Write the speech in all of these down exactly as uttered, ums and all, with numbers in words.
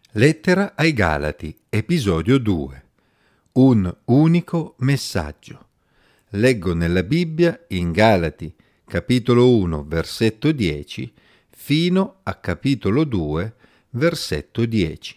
Lettera ai Galati, episodio due. Un unico messaggio. Leggo nella Bibbia in Galati, capitolo uno, versetto dieci, fino a capitolo due, versetto dieci.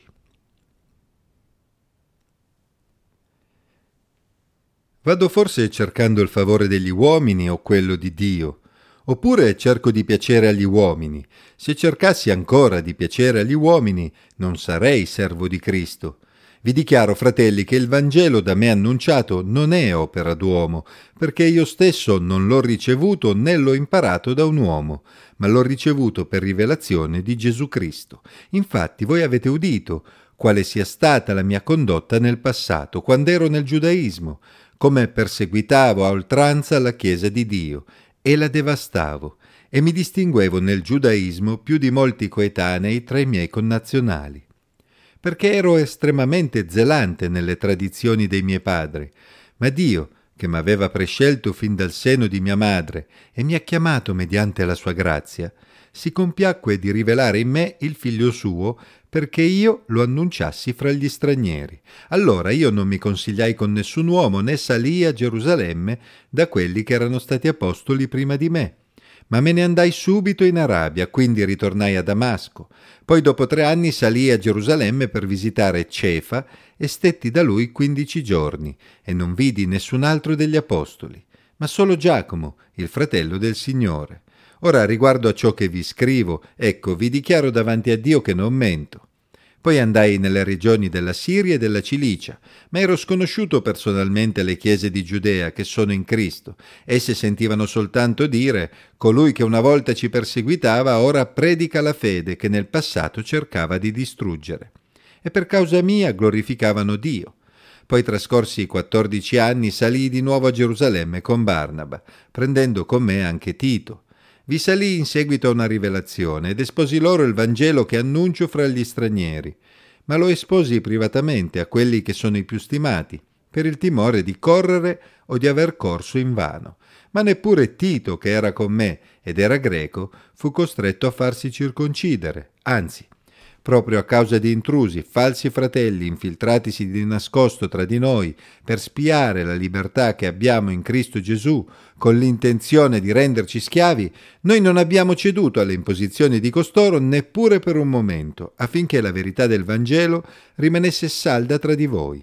Vado forse cercando il favore degli uomini o quello di Dio? Oppure cerco di piacere agli uomini? Se cercassi ancora di piacere agli uomini, non sarei servo di Cristo. Vi dichiaro, fratelli, che il Vangelo da me annunciato non è opera d'uomo, perché io stesso non l'ho ricevuto né l'ho imparato da un uomo, ma l'ho ricevuto per rivelazione di Gesù Cristo. Infatti voi avete udito quale sia stata la mia condotta nel passato, quando ero nel giudaismo, come perseguitavo a oltranza la Chiesa di Dio, e la devastavo, e mi distinguevo nel giudaismo più di molti coetanei tra i miei connazionali, perché ero estremamente zelante nelle tradizioni dei miei padri, ma Dio, che m'aveva prescelto fin dal seno di mia madre e mi ha chiamato mediante la sua grazia, si compiacque di rivelare in me il figlio suo perché io lo annunciassi fra gli stranieri. Allora io non mi consigliai con nessun uomo né salii a Gerusalemme da quelli che erano stati apostoli prima di me, ma me ne andai subito in Arabia, quindi ritornai a Damasco. Poi dopo tre anni salii a Gerusalemme per visitare Cefa e stetti da lui quindici giorni e non vidi nessun altro degli apostoli, ma solo Giacomo, il fratello del Signore. Ora, riguardo a ciò che vi scrivo, ecco, vi dichiaro davanti a Dio che non mento. Poi andai nelle regioni della Siria e della Cilicia, ma ero sconosciuto personalmente alle chiese di Giudea che sono in Cristo. Esse sentivano soltanto dire: colui che una volta ci perseguitava ora predica la fede che nel passato cercava di distruggere. E per causa mia glorificavano Dio. Poi trascorsi quattordici anni salii di nuovo a Gerusalemme con Barnaba, prendendo con me anche Tito. Vi salì in seguito a una rivelazione ed esposi loro il Vangelo che annuncio fra gli stranieri, ma lo esposi privatamente a quelli che sono i più stimati, per il timore di correre o di aver corso invano. Ma neppure Tito, che era con me ed era greco, fu costretto a farsi circoncidere, anzi, proprio a causa di intrusi, falsi fratelli infiltratisi di nascosto tra di noi per spiare la libertà che abbiamo in Cristo Gesù con l'intenzione di renderci schiavi, noi non abbiamo ceduto alle imposizioni di costoro neppure per un momento, affinché la verità del Vangelo rimanesse salda tra di voi.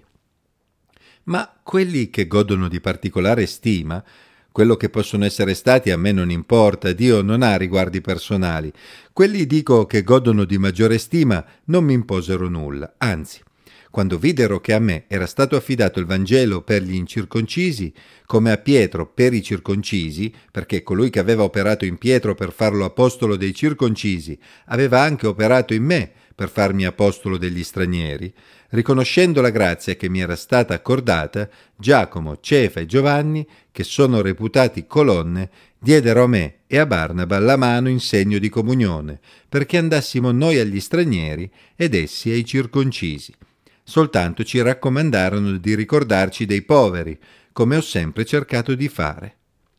Ma quelli che godono di particolare stima, quello che possono essere stati a me non importa, Dio non ha riguardi personali. Quelli, dico, che godono di maggiore stima non mi imposero nulla, anzi, quando videro che a me era stato affidato il Vangelo per gli incirconcisi, come a Pietro per i circoncisi, perché colui che aveva operato in Pietro per farlo apostolo dei circoncisi aveva anche operato in me per farmi apostolo degli stranieri, riconoscendo la grazia che mi era stata accordata, Giacomo, Cefa e Giovanni, che sono reputati colonne, diedero a me e a Barnaba la mano in segno di comunione, perché andassimo noi agli stranieri ed essi ai circoncisi. Soltanto ci raccomandarono di ricordarci dei poveri, come ho sempre cercato di fare.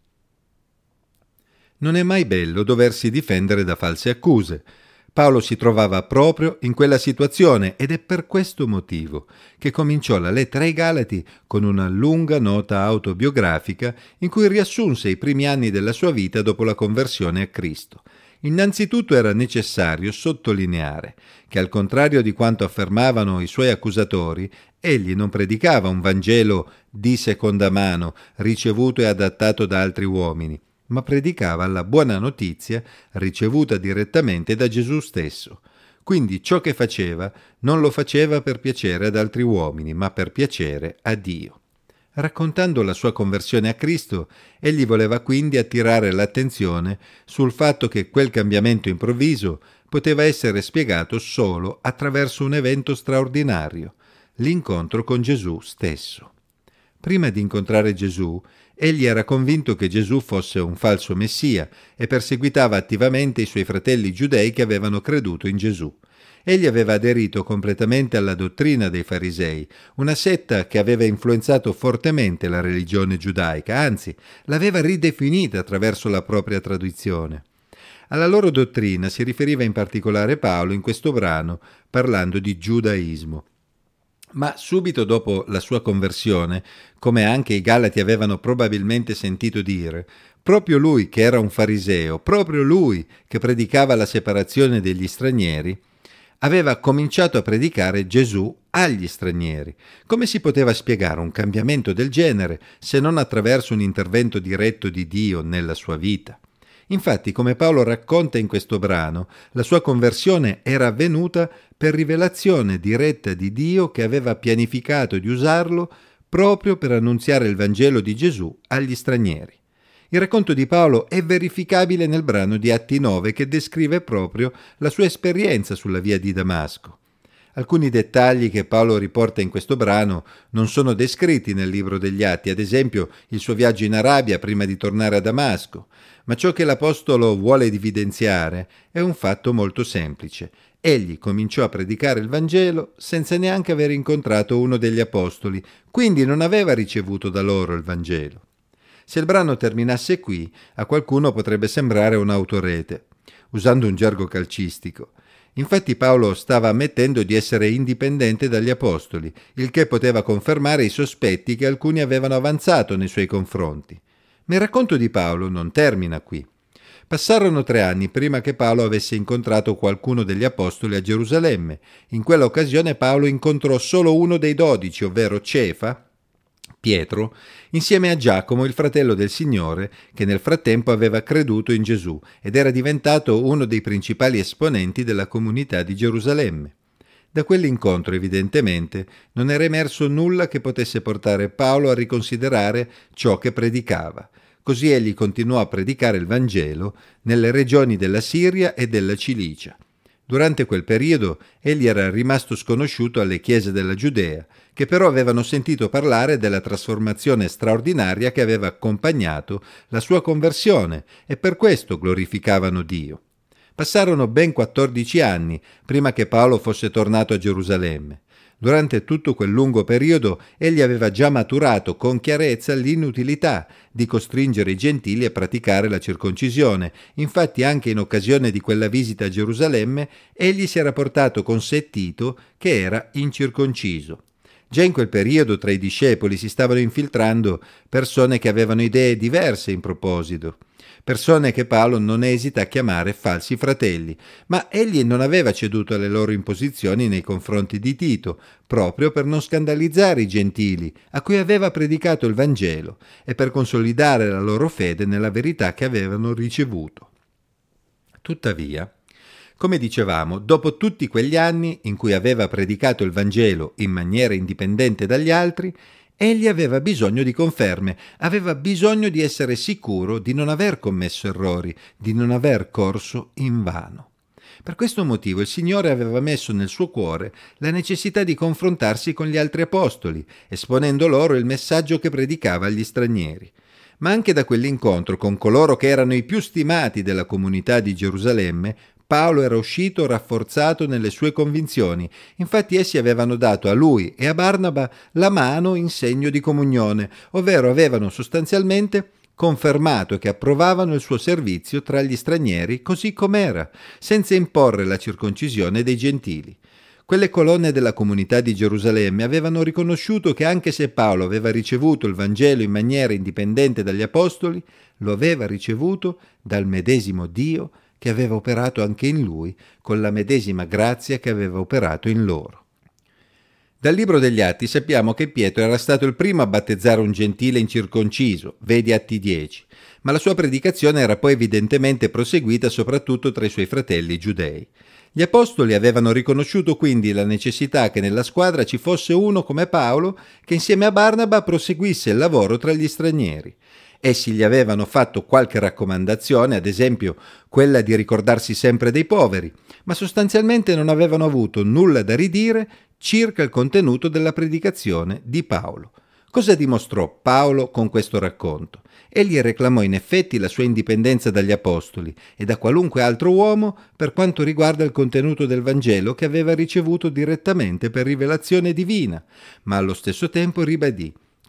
Non è mai bello doversi difendere da false accuse. Paolo si trovava proprio in quella situazione ed è per questo motivo che cominciò la lettera ai Galati con una lunga nota autobiografica in cui riassunse i primi anni della sua vita dopo la conversione a Cristo. Innanzitutto era necessario sottolineare che, al contrario di quanto affermavano i suoi accusatori, egli non predicava un Vangelo di seconda mano, ricevuto e adattato da altri uomini, ma predicava la buona notizia ricevuta direttamente da Gesù stesso. Quindi ciò che faceva non lo faceva per piacere ad altri uomini, ma per piacere a Dio. Raccontando la sua conversione a Cristo, egli voleva quindi attirare l'attenzione sul fatto che quel cambiamento improvviso poteva essere spiegato solo attraverso un evento straordinario, l'incontro con Gesù stesso. Prima di incontrare Gesù, egli era convinto che Gesù fosse un falso messia e perseguitava attivamente i suoi fratelli giudei che avevano creduto in Gesù. Egli aveva aderito completamente alla dottrina dei farisei, una setta che aveva influenzato fortemente la religione giudaica, anzi, l'aveva ridefinita attraverso la propria tradizione. Alla loro dottrina si riferiva in particolare Paolo in questo brano, parlando di giudaismo. Ma subito dopo la sua conversione, come anche i Galati avevano probabilmente sentito dire, proprio lui che era un fariseo, proprio lui che predicava la separazione degli stranieri, aveva cominciato a predicare Gesù agli stranieri. Come si poteva spiegare un cambiamento del genere se non attraverso un intervento diretto di Dio nella sua vita? Infatti, come Paolo racconta in questo brano, la sua conversione era avvenuta per rivelazione diretta di Dio che aveva pianificato di usarlo proprio per annunziare il Vangelo di Gesù agli stranieri. Il racconto di Paolo è verificabile nel brano di Atti nove che descrive proprio la sua esperienza sulla via di Damasco. Alcuni dettagli che Paolo riporta in questo brano non sono descritti nel libro degli Atti, ad esempio il suo viaggio in Arabia prima di tornare a Damasco, ma ciò che l'Apostolo vuole evidenziare è un fatto molto semplice. Egli cominciò a predicare il Vangelo senza neanche aver incontrato uno degli Apostoli, quindi non aveva ricevuto da loro il Vangelo. Se il brano terminasse qui, a qualcuno potrebbe sembrare un'autorete, usando un gergo calcistico. Infatti Paolo stava ammettendo di essere indipendente dagli apostoli, il che poteva confermare i sospetti che alcuni avevano avanzato nei suoi confronti. Ma il racconto di Paolo non termina qui. Passarono tre anni prima che Paolo avesse incontrato qualcuno degli apostoli a Gerusalemme. In quella occasione Paolo incontrò solo uno dei dodici, ovvero Cefa, Pietro, insieme a Giacomo, il fratello del Signore, che nel frattempo aveva creduto in Gesù ed era diventato uno dei principali esponenti della comunità di Gerusalemme. Da quell'incontro, evidentemente, non era emerso nulla che potesse portare Paolo a riconsiderare ciò che predicava. Così egli continuò a predicare il Vangelo nelle regioni della Siria e della Cilicia. Durante quel periodo egli era rimasto sconosciuto alle chiese della Giudea, che però avevano sentito parlare della trasformazione straordinaria che aveva accompagnato la sua conversione e per questo glorificavano Dio. Passarono ben quattordici anni prima che Paolo fosse tornato a Gerusalemme. Durante tutto quel lungo periodo egli aveva già maturato con chiarezza l'inutilità di costringere i gentili a praticare la circoncisione. Infatti anche in occasione di quella visita a Gerusalemme egli si era portato con sé Tito, che era incirconciso. Già in quel periodo tra i discepoli si stavano infiltrando persone che avevano idee diverse in proposito, persone che Paolo non esita a chiamare falsi fratelli, ma egli non aveva ceduto alle loro imposizioni nei confronti di Tito, proprio per non scandalizzare i gentili, a cui aveva predicato il Vangelo, e per consolidare la loro fede nella verità che avevano ricevuto. Tuttavia, come dicevamo, dopo tutti quegli anni in cui aveva predicato il Vangelo in maniera indipendente dagli altri, egli aveva bisogno di conferme, aveva bisogno di essere sicuro di non aver commesso errori, di non aver corso invano. Per questo motivo il Signore aveva messo nel suo cuore la necessità di confrontarsi con gli altri apostoli, esponendo loro il messaggio che predicava agli stranieri. Ma anche da quell'incontro con coloro che erano i più stimati della comunità di Gerusalemme, Paolo era uscito rafforzato nelle sue convinzioni. Infatti essi avevano dato a lui e a Barnaba la mano in segno di comunione, ovvero avevano sostanzialmente confermato che approvavano il suo servizio tra gli stranieri così com'era, senza imporre la circoncisione dei gentili. Quelle colonne della comunità di Gerusalemme avevano riconosciuto che anche se Paolo aveva ricevuto il Vangelo in maniera indipendente dagli apostoli, lo aveva ricevuto dal medesimo Dio che aveva operato anche in lui, con la medesima grazia che aveva operato in loro. Dal libro degli Atti sappiamo che Pietro era stato il primo a battezzare un gentile incirconciso, vedi Atti dieci, ma la sua predicazione era poi evidentemente proseguita soprattutto tra i suoi fratelli giudei. Gli apostoli avevano riconosciuto quindi la necessità che nella squadra ci fosse uno come Paolo che insieme a Barnaba proseguisse il lavoro tra gli stranieri. Essi gli avevano fatto qualche raccomandazione, ad esempio quella di ricordarsi sempre dei poveri, ma sostanzialmente non avevano avuto nulla da ridire circa il contenuto della predicazione di Paolo. Cosa dimostrò Paolo con questo racconto? Egli reclamò in effetti la sua indipendenza dagli apostoli e da qualunque altro uomo per quanto riguarda il contenuto del Vangelo che aveva ricevuto direttamente per rivelazione divina, ma allo stesso tempo ribadì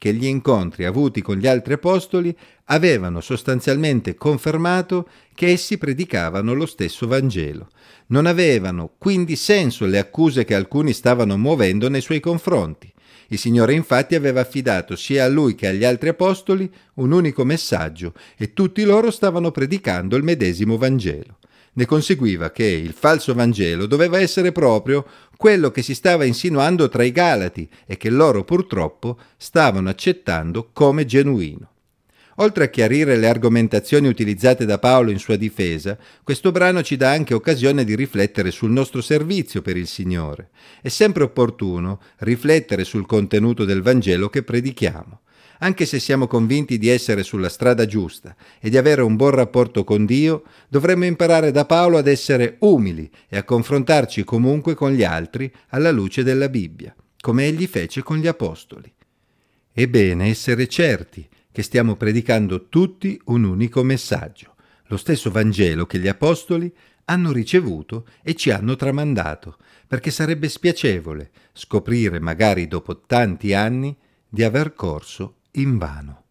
che gli incontri avuti con gli altri apostoli avevano sostanzialmente confermato che essi predicavano lo stesso Vangelo. Non avevano quindi senso le accuse che alcuni stavano muovendo nei suoi confronti. Il Signore infatti aveva affidato sia a lui che agli altri apostoli un unico messaggio e tutti loro stavano predicando il medesimo Vangelo. Ne conseguiva che il falso Vangelo doveva essere proprio quello che si stava insinuando tra i Galati e che loro purtroppo stavano accettando come genuino. Oltre a chiarire le argomentazioni utilizzate da Paolo in sua difesa, questo brano ci dà anche occasione di riflettere sul nostro servizio per il Signore. È sempre opportuno riflettere sul contenuto del Vangelo che predichiamo. Anche se siamo convinti di essere sulla strada giusta e di avere un buon rapporto con Dio, dovremmo imparare da Paolo ad essere umili e a confrontarci comunque con gli altri alla luce della Bibbia, come egli fece con gli apostoli. È bene essere certi che stiamo predicando tutti un unico messaggio, lo stesso Vangelo che gli apostoli hanno ricevuto e ci hanno tramandato, perché sarebbe spiacevole scoprire magari dopo tanti anni di aver corso invano.